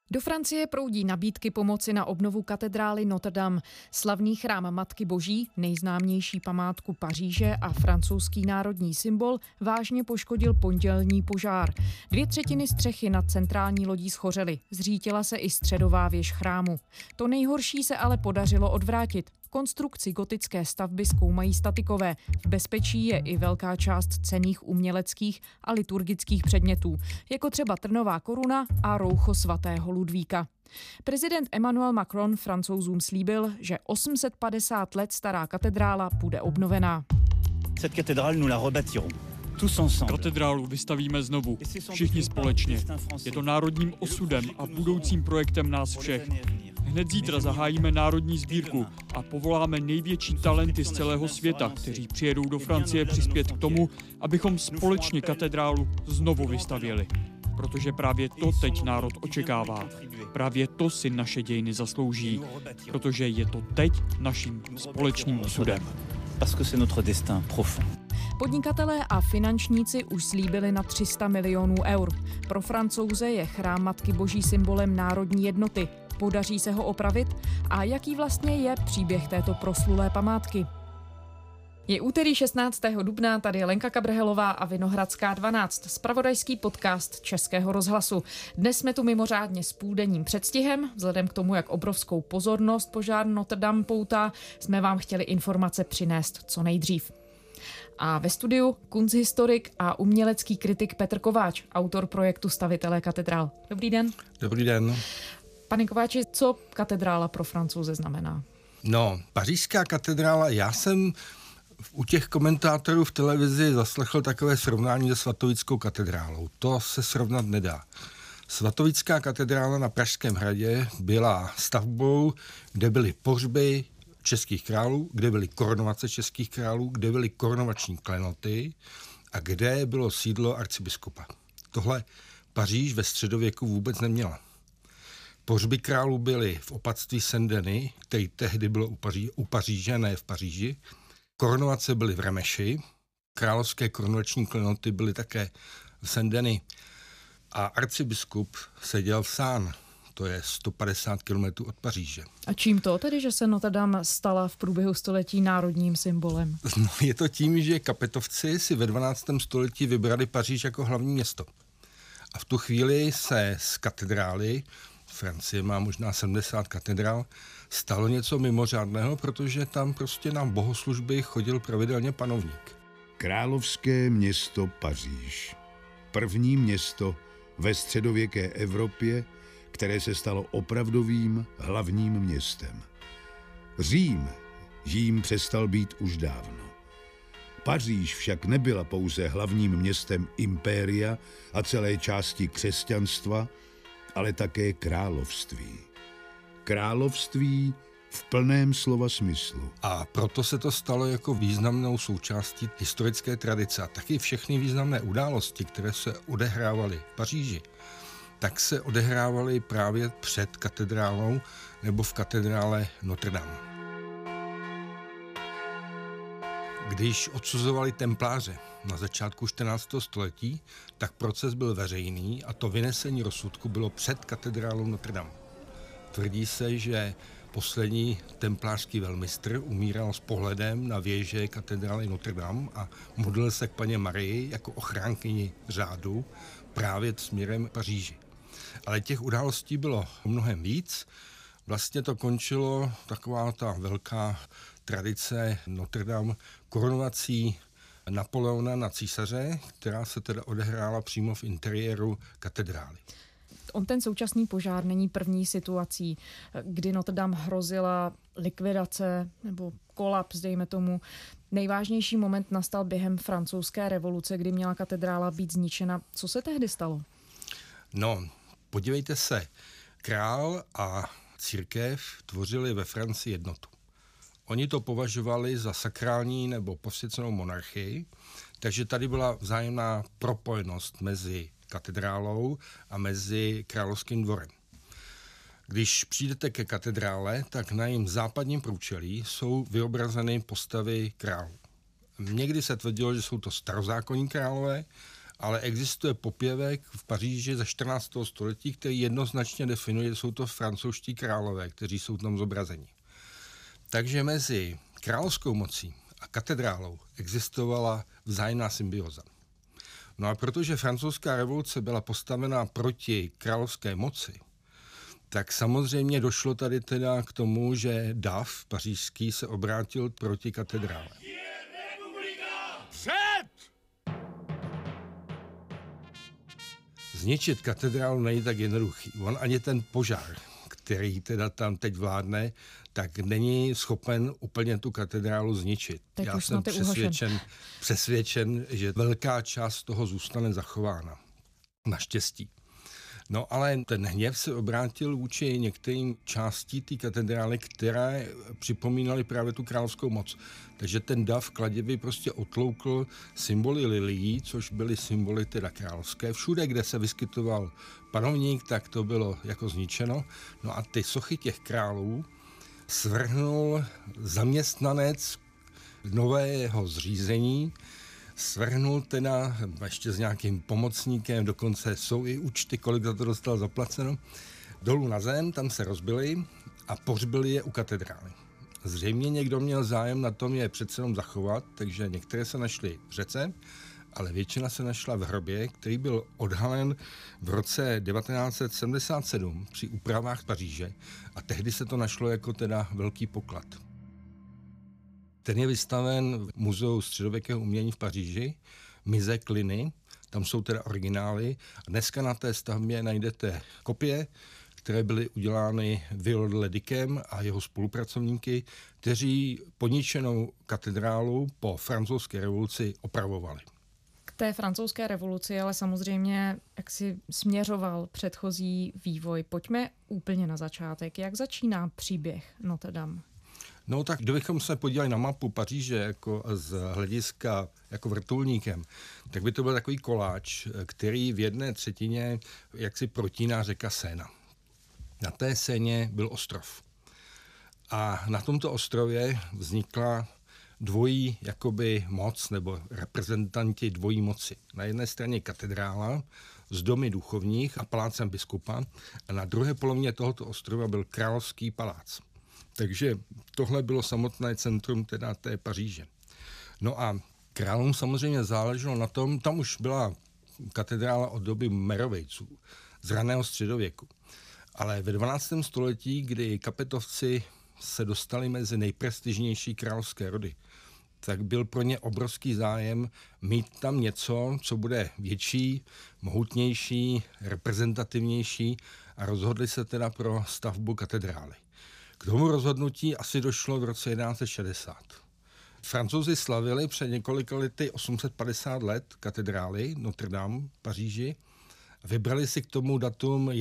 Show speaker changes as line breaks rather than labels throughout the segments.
Do Francie proudí nabídky pomoci na obnovu katedrály Notre Dame. Slavný chrám Matky Boží, nejznámější památku Paříže a francouzský národní symbol, vážně poškodil pondělní požár. 2/3 střechy nad centrální lodí schořely. Zřítila se i středová věž chrámu. To nejhorší se ale podařilo odvrátit. Konstrukci gotické stavby zkoumají statikové. V bezpečí je i velká část cenných uměleckých a liturgických předmětů, jako třeba trnová koruna a roucho svatého Ludvíka. Prezident Emmanuel Macron Francouzům slíbil, že 850 let stará katedrála bude obnovená.
Katedrálu vystavíme znovu, všichni společně. Je to národním osudem a budoucím projektem nás všech. Hned zítra zahájíme národní sbírku a povoláme největší talenty z celého světa, kteří přijedou do Francie přispět k tomu, abychom společně katedrálu znovu vystavěli. Protože právě to teď národ očekává. Právě to si naše dějiny zaslouží. Protože je to teď naším společným osudem.
Podnikatelé a finančníci už slíbili na 300 milionů eur. Pro Francouze je chrám Matky Boží symbolem národní jednoty. Podaří se ho opravit? A jaký vlastně je příběh této proslulé památky? Je úterý 16. dubna, tady je Lenka Kabrhelová a Vinohradská 12, zpravodajský podcast Českého rozhlasu. Dnes jsme tu mimořádně s půldenním předstihem, vzhledem k tomu, jak obrovskou pozornost požár Notre Dame poutá, jsme vám chtěli informace přinést co nejdřív. A ve studiu kunsthistorik a umělecký kritik Petr Kováč, autor projektu Stavitelé katedrál. Dobrý den.
Dobrý den.
Pane Kováči, co katedrála pro Francouze znamená?
No, pařížská katedrála, já jsem u těch komentátorů v televizi zaslechl takové srovnání se Svatovickou katedrálou. To se srovnat nedá. Svatovická katedrála na Pražském hradě byla stavbou, kde byly pohřby českých králů, kde byly korunovace českých králů, kde byly korunovační klenoty a kde bylo sídlo arcibiskupa. Tohle Paříž ve středověku vůbec neměla. Pohřby králů byly v opatství Saint-Denis, který tehdy bylo u Paříže, ne v Paříži. Korunovace byly v Remeši, královské korunovační klenoty byly také v Saint-Denis a arcibiskup seděl v Sán, to je 150 kilometrů od Paříže.
A čím to tedy, že se Notre Dame stala v průběhu století národním symbolem?
No, je to tím, že kapetovci si ve 12. století vybrali Paříž jako hlavní město. A v tu chvíli se z katedrály, Francie má možná 70 katedrál, stalo něco mimořádného, protože tam prostě na bohoslužby chodil pravidelně panovník.
Královské město Paříž. První město ve středověké Evropě, které se stalo opravdovým hlavním městem. Řím jím přestal být už dávno. Paříž však nebyla pouze hlavním městem impéria a celé části křesťanstva, ale také království. Království v plném slova smyslu.
A proto se to stalo jako významnou součástí historické tradice. A taky všechny významné události, které se odehrávaly v Paříži, tak se odehrávaly právě před katedrálou nebo v katedrále Notre Dame. Když odsuzovali templáře na začátku 14. století, tak proces byl veřejný a to vynesení rozsudku bylo před katedrálou Notre Dame. Tvrdí se, že poslední templářský velmistr umíral s pohledem na věže katedrály Notre Dame a modlil se k Panně Marii jako ochránkyni řádu právě směrem Paříži. Ale těch událostí bylo mnohem víc. Vlastně to končilo taková ta velká tradice Notre Dame korunovací Napoleona na císaře, která se teda odehrála přímo v interiéru katedrály.
On ten současný požár není první situací, kdy Notre Dame hrozila likvidace nebo kolaps, dejme tomu. Nejvážnější moment nastal během francouzské revoluce, kdy měla katedrála být zničena. Co se tehdy stalo?
No, podívejte se, král a církev tvořili ve Francii jednotu. Oni to považovali za sakrální nebo posvěcenou monarchii, takže tady byla vzájemná propojenost mezi katedrálou a mezi královským dvorem. Když přijdete ke katedrále, tak na jejím západním průčelí jsou vyobrazeny postavy králů. Někdy se tvrdilo, že jsou to starozákonní králové, ale existuje popěvek v Paříži ze 14. století, který jednoznačně definuje, že jsou to francouzští králové, kteří jsou tam zobrazeni. Takže mezi královskou mocí a katedrálou existovala vzájemná symbioza. No a protože francouzská revoluce byla postavena proti královské moci, tak samozřejmě došlo tady teda k tomu, že dav pařížský se obrátil proti katedrále. Zničit katedrálu není tak jednoduchý. On ani ten požár, který teda tam teď vládne, tak není schopen úplně tu katedrálu zničit.
Teď
Já jsem přesvědčen, že velká část toho zůstane zachována. Naštěstí. No ale ten hněv se obrátil vůči některým částí té katedrály, které připomínaly právě tu královskou moc. Takže ten dav kladivy prostě otloukl symboly lilií, což byly symboly teda královské. Všude, kde se vyskytoval panovník, tak to bylo jako zničeno. No a ty sochy těch králů svrhnul zaměstnanec nového zřízení, svrhnul teda ještě s nějakým pomocníkem, dokonce jsou i účty, kolik za to dostal zaplaceno, dolů na zem, tam se rozbili a pohřbili je u katedrály. Zřejmě někdo měl zájem na tom je přece jenom zachovat, takže některé se našly v řece, ale většina se našla v hrobě, který byl odhalen v roce 1977 při úpravách Paříže a tehdy se to našlo jako teda velký poklad. Ten je vystaven v Muzeu středověkého umění v Paříži, Musée Cluny, tam jsou teda originály a dneska na té stavbě najdete kopie, které byly udělány Viollet-le-Ducem a jeho spolupracovníky, kteří poničenou katedrálu po francouzské revoluci opravovali.
K té francouzské revoluci ale samozřejmě jak si směřoval předchozí vývoj. Pojďme úplně na začátek. Jak začíná příběh Notre Dame?
No tak kdybychom se podívali na mapu Paříže jako z hlediska jako vrtulníkem, tak by to byl takový koláč, který v jedné třetině jaksi protíná řeka Seina. Na té Seině byl ostrov. A na tomto ostrově vznikla dvojí jakoby moc nebo reprezentanti dvojí moci. Na jedné straně katedrála s domy duchovních a palácem biskupa a na druhé polovině tohoto ostrova byl královský palác. Takže tohle bylo samotné centrum teda té Paříže. No a králům samozřejmě záleželo na tom, tam už byla katedrála od doby Merovejců, z raného středověku. Ale ve 12. století, kdy kapetovci se dostali mezi nejprestižnější královské rody, tak byl pro ně obrovský zájem mít tam něco, co bude větší, mohutnější, reprezentativnější a rozhodli se teda pro stavbu katedrály. K tomu rozhodnutí asi došlo v roce 1160. Francouzi slavili před několika lety 850 let katedrály Notre Dame v Paříži a vybrali si k tomu datum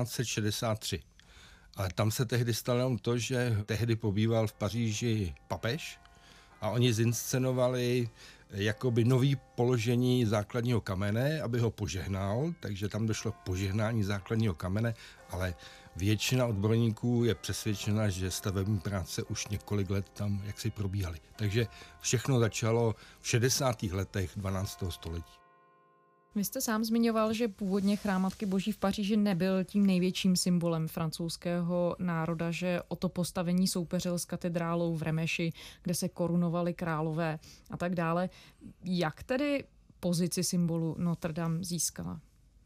1163. Ale tam se tehdy stalo jenom to, že tehdy pobýval v Paříži papež a oni zinscenovali jakoby nový položení základního kamene, aby ho požehnal, takže tam došlo k požehnání základního kamene, ale většina odborníků je přesvědčena, že stavební práce už několik let tam jaksi probíhaly. Takže všechno začalo v 60. letech 12. století.
Vy jste sám zmiňoval, že původně chrám Matky Boží v Paříži nebyl tím největším symbolem francouzského národa, že o to postavení soupeřil s katedrálou v Remeši, kde se korunovali králové a tak dále. Jak tedy pozici symbolu Notre Dame získala?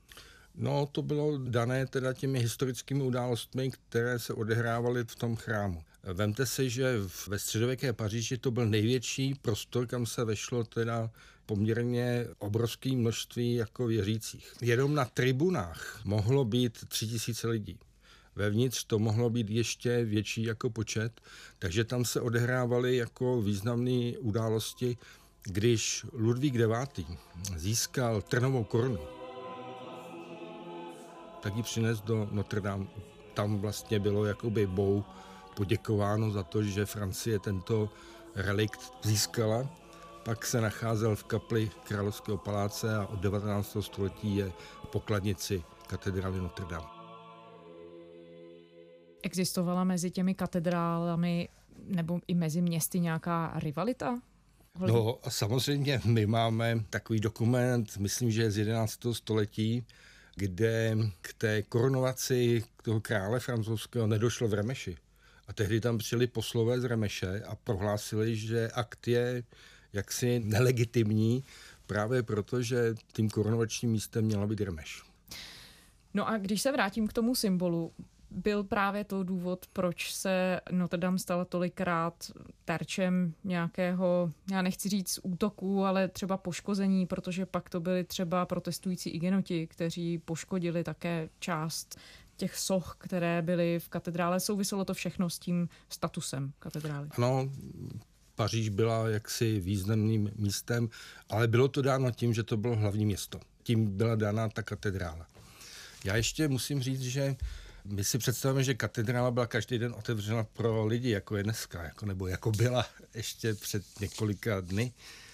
No, to bylo dané teda těmi historickými událostmi, které se odehrávaly v tom chrámu. Vemte si, že ve středověké Paříži to byl největší prostor, kam se vešlo teda poměrně obrovské množství jako věřících. Jenom na tribunách mohlo být 3000 lidí. Vevnitř to mohlo být ještě větší jako počet, takže tam se odehrávaly jako významné události, když Ludvík IX. Získal trnovou korunu, tak ji přines do Notre Dame. Tam vlastně bylo jakoby Bohu poděkováno za to, že Francie tento relikt získala. Pak se nacházel v kapli Královského paláce a od 19. století je pokladnici katedrály Notre Dame.
Existovala mezi těmi katedrálami nebo i mezi městy nějaká rivalita?
No a samozřejmě my máme takový dokument, myslím, že je z 11. století, kde k té korunovaci toho krále francouzského nedošlo v Remeši. A tehdy tam přijeli poslové z Remeše a prohlásili, že akt je jaksi nelegitimní, právě proto, že tím korunovačním místem měla být Remeš.
No a když se vrátím k tomu symbolu, byl právě to důvod, proč se Notre Dame stala tolikrát terčem nějakého, já nechci říct útoku, ale třeba poškození, protože pak to byli třeba protestující igenoti, kteří poškodili také část těch soch, které byly v katedrále. Souviselo to všechno s tím statusem katedrály.
Ano, Paříž byla jaksi významným místem, ale bylo to dáno tím, že to bylo hlavní město. Tím byla dána ta katedrála. Já ještě musím říct, že my si představujeme, že katedrála byla každý den otevřena pro lidi, jako je dneska, nebo jako byla ještě před několika dny,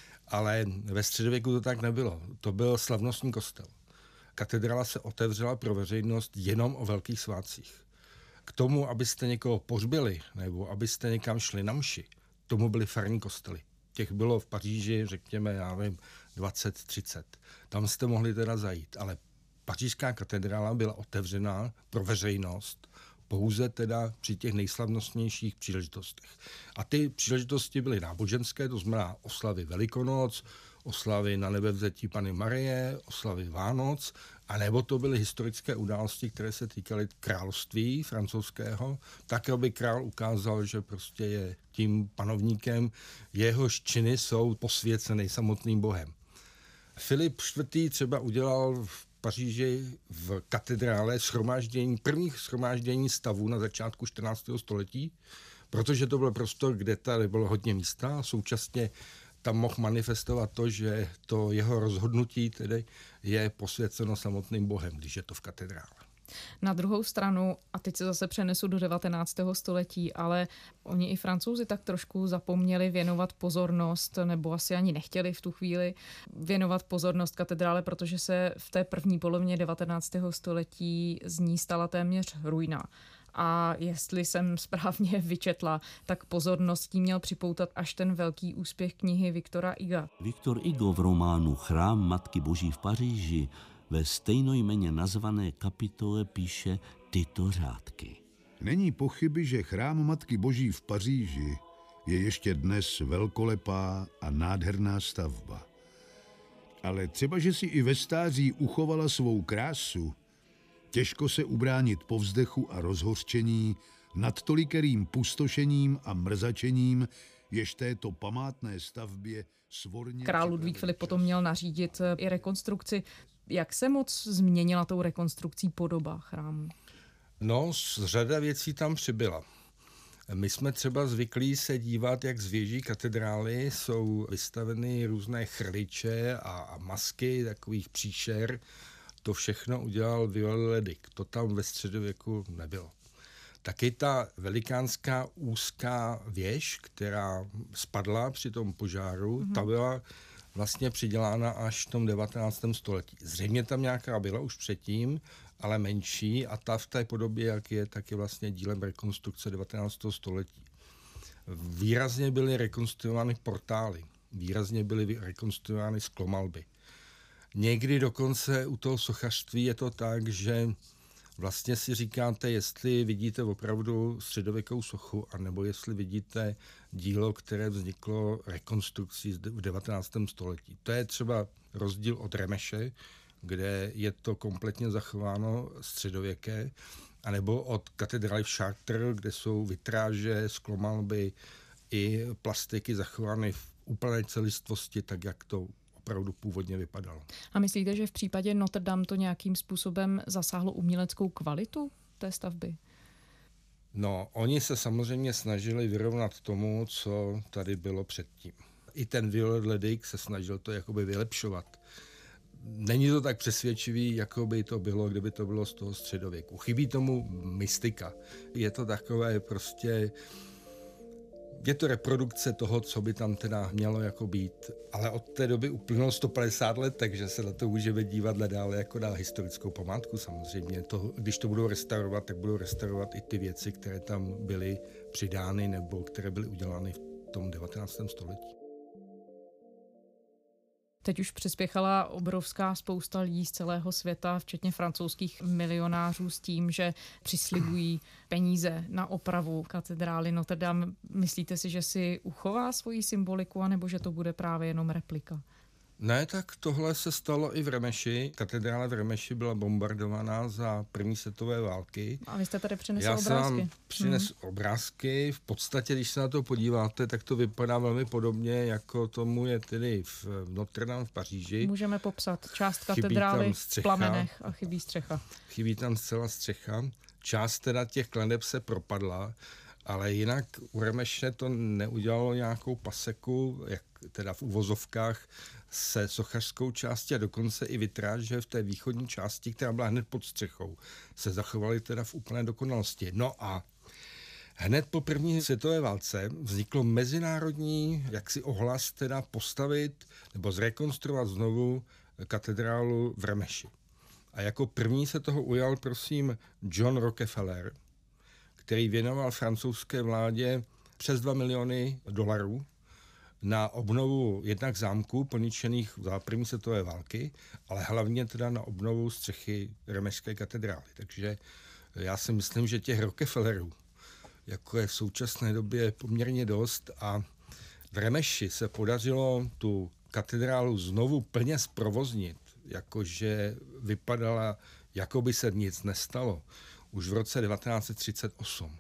ale ve středověku to tak nebylo. To byl slavnostní kostel. Katedrála se otevřela pro veřejnost jenom o velkých svátcích. K tomu, abyste někoho pohřbili, nebo abyste někam šli na mši, tomu byly farní kostely. Těch bylo v Paříži, řekněme, já nevím, 20-30. Tam jste mohli teda zajít, ale pařížská katedrála byla otevřená pro veřejnost pouze teda při těch nejslavnostnějších příležitostech. A ty příležitosti byly náboženské, to znamená oslavy Velikonoc, oslavy na nebevzetí Panny Marie, oslavy Vánoc, anebo to byly historické události, které se týkaly království francouzského, tak, aby král ukázal, že prostě je tím panovníkem, jehož činy jsou posvěceny samotným Bohem. Filip IV. Třeba udělal v Paříži v katedrále první shromáždění stavů na začátku 14. století, protože to byl prostor, kde tady bylo hodně místa a současně tam mohl manifestovat to, že to jeho rozhodnutí tedy je posvěceno samotným Bohem, když je to v katedrále.
Na druhou stranu, a teď se zase přenesu do 19. století, ale oni i Francouzi tak trošku zapomněli věnovat pozornost, nebo asi ani nechtěli v tu chvíli věnovat pozornost katedrále, protože se v té první polovině 19. století z ní stala téměř ruina. A jestli jsem správně vyčetla, tak pozornost tím měl připoutat až ten velký úspěch knihy Victora Huga.
Victor Hugo v románu Chrám Matky Boží v Paříži ve stejnojmenně nazvané kapitole píše tyto řádky.
Není pochyby, že Chrám Matky Boží v Paříži je ještě dnes velkolepá a nádherná stavba. Ale třeba, že si i ve stáří uchovala svou krásu, těžko se ubránit povzdechu a rozhořčení nad tolikerým pustošením a mrzačením, jež této památné stavbě svorně...
Král Ludvík Filip potom měl nařídit i rekonstrukci. Jak se moc změnila tou rekonstrukcí podoba chrámu?
No, řada věcí tam přibyla. My jsme třeba zvyklí se dívat, jak z věží katedrály jsou vystaveny různé chrliče a masky takových příšer. To všechno udělal Viollet-le-Duc. To tam ve středověku nebylo. Taky ta velikánská úzká věž, která spadla při tom požáru, ta byla vlastně přidělána až v tom 19. století. Zřejmě tam nějaká byla už předtím, ale menší a ta v té podobě, jak je, tak je vlastně dílem rekonstrukce 19. století. Výrazně byly rekonstruovány portály, výrazně byly rekonstruovány sklomalby. Někdy dokonce u toho sochařství je to tak, že vlastně si říkáte, jestli vidíte opravdu středověkou sochu, anebo jestli vidíte dílo, které vzniklo rekonstrukcí v 19. století. To je třeba rozdíl od Remeše, kde je to kompletně zachováno středověké, anebo od katedrály v Chartres, kde jsou vitráže, sklomalby i plastiky zachovány v úplné celistvosti, tak jak to opravdu původně vypadalo.
A myslíte, že v případě Notre Dame to nějakým způsobem zasáhlo uměleckou kvalitu té stavby?
No, oni se samozřejmě snažili vyrovnat tomu, co tady bylo předtím. I ten Viollet-le-Duc se snažil to jakoby vylepšovat. Není to tak přesvědčivý, jako by to bylo, kdyby to bylo z toho středověku. Chybí tomu mystika. Je to takové prostě... Je to reprodukce toho, co by tam teda mělo jako být. Ale od té doby uplynulo 150 let, takže se na to můžeme dívat nadále jako na historickou památku samozřejmě. Když to budou restaurovat, tak budou restaurovat i ty věci, které tam byly přidány nebo které byly udělány v tom 19. století.
Teď už přispěchala obrovská spousta lidí z celého světa, včetně francouzských milionářů, s tím, že přislibují peníze na opravu katedrály Notre Dame. Myslíte si, že si uchová svoji symboliku, anebo že to bude právě jenom replika?
Ne, tak tohle se stalo i v Remeši. Katedrála v Remeši byla bombardovaná za první světové války.
A vy jste tady přinesl
obrázky. Já
obrázky.
jsem přines obrázky. V podstatě, když se na to podíváte, tak to vypadá velmi podobně, jako tomu je tedy v Notre Dame v Paříži.
Můžeme popsat část katedrály v plamenech a chybí střecha.
Chybí tam celá střecha. Část teda těch kleneb se propadla, ale jinak u Remeše to neudělalo nějakou paseku, jak teda v uvozovkách, se sochařskou částí a dokonce i vitráže v té východní části, která byla hned pod střechou, se zachovaly teda v úplné dokonalosti. No a hned po první světové válce vzniklo mezinárodní jaksi ohlas teda postavit nebo zrekonstruovat znovu katedrálu v Remeši. A jako první se toho ujal, prosím, John Rockefeller, který věnoval francouzské vládě přes $2 miliony na obnovu jednak zámků poničených za první světové války, ale hlavně teda na obnovu střechy Remešské katedrály. Takže já si myslím, že těch Rockefellerů, jako je v současné době poměrně dost, a v Remeši se podařilo tu katedrálu znovu plně zprovoznit, jakože vypadala, jako by se nic nestalo, už v roce 1938.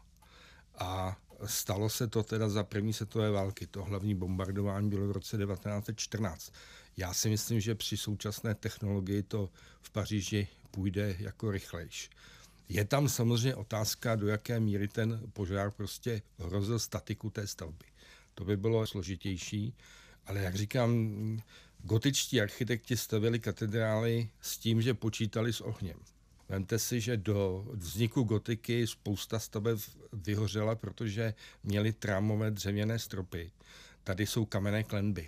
A stalo se to teda za první světové války. To hlavní bombardování bylo v roce 1914. Já si myslím, že při současné technologii to v Paříži půjde jako rychlejš. Je tam samozřejmě otázka, do jaké míry ten požár prostě hrozil statiku té stavby. To by bylo složitější, ale jak říkám, gotičtí architekti stavěli katedrály s tím, že počítali s ohněm. Vemte si, že do vzniku gotiky spousta staveb vyhořela, protože měly trámové dřevěné stropy. Tady jsou kamenné klenby.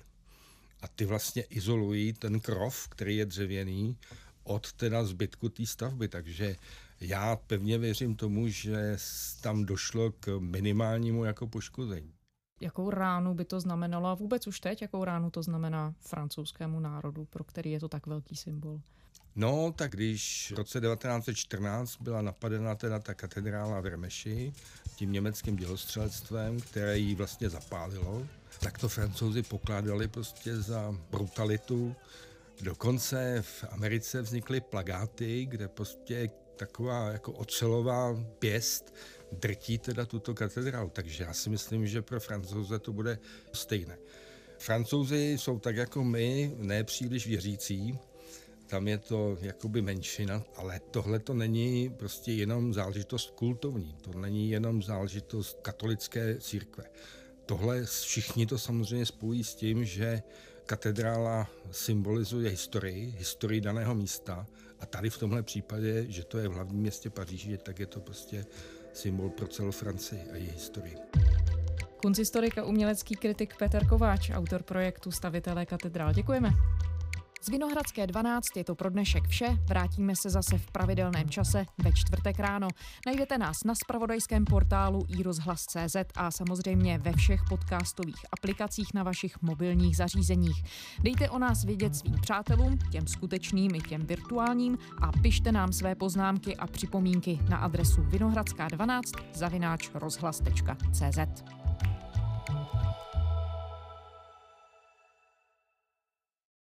A ty vlastně izolují ten krov, který je dřevěný, od teda zbytku té stavby. Takže já pevně věřím tomu, že tam došlo k minimálnímu jako poškození.
Jakou ránu by to znamenalo a vůbec už teď, jakou ránu to znamená francouzskému národu, pro který je to tak velký symbol?
No, tak když v roce 1914 byla napadena teda ta katedrála v Remeši tím německým dělostřelectvem, které ji vlastně zapálilo, tak to Francouzi pokládali prostě za brutalitu. Dokonce v Americe vznikly plakáty, kde prostě taková jako ocelová pěst drtí teda tuto katedrálu. Takže já si myslím, že pro Francouze to bude stejné. Francouzi jsou tak jako my, ne příliš věřící, tam je to jakoby menšina, ale tohle to není prostě jenom záležitost kultovní, to není jenom záležitost katolické církve. Tohle všichni to samozřejmě spojí s tím, že katedrála symbolizuje historii daného místa a tady v tomhle případě, že to je v hlavním městě Paříži, tak je to prostě symbol pro celou Francii a její historii.
Kunsthistorik a umělecký kritik Petr Kováč, autor projektu Stavitelé katedrál. Děkujeme. Z Vinohradské 12 je to pro dnešek vše. Vrátíme se zase v pravidelném čase ve čtvrtek ráno. Najdete nás na zpravodajském portálu iRozhlas.cz a samozřejmě ve všech podcastových aplikacích na vašich mobilních zařízeních. Dejte o nás vědět svým přátelům, těm skutečným i těm virtuálním, a pište nám své poznámky a připomínky na adresu vinohradská12@rozhlas.cz.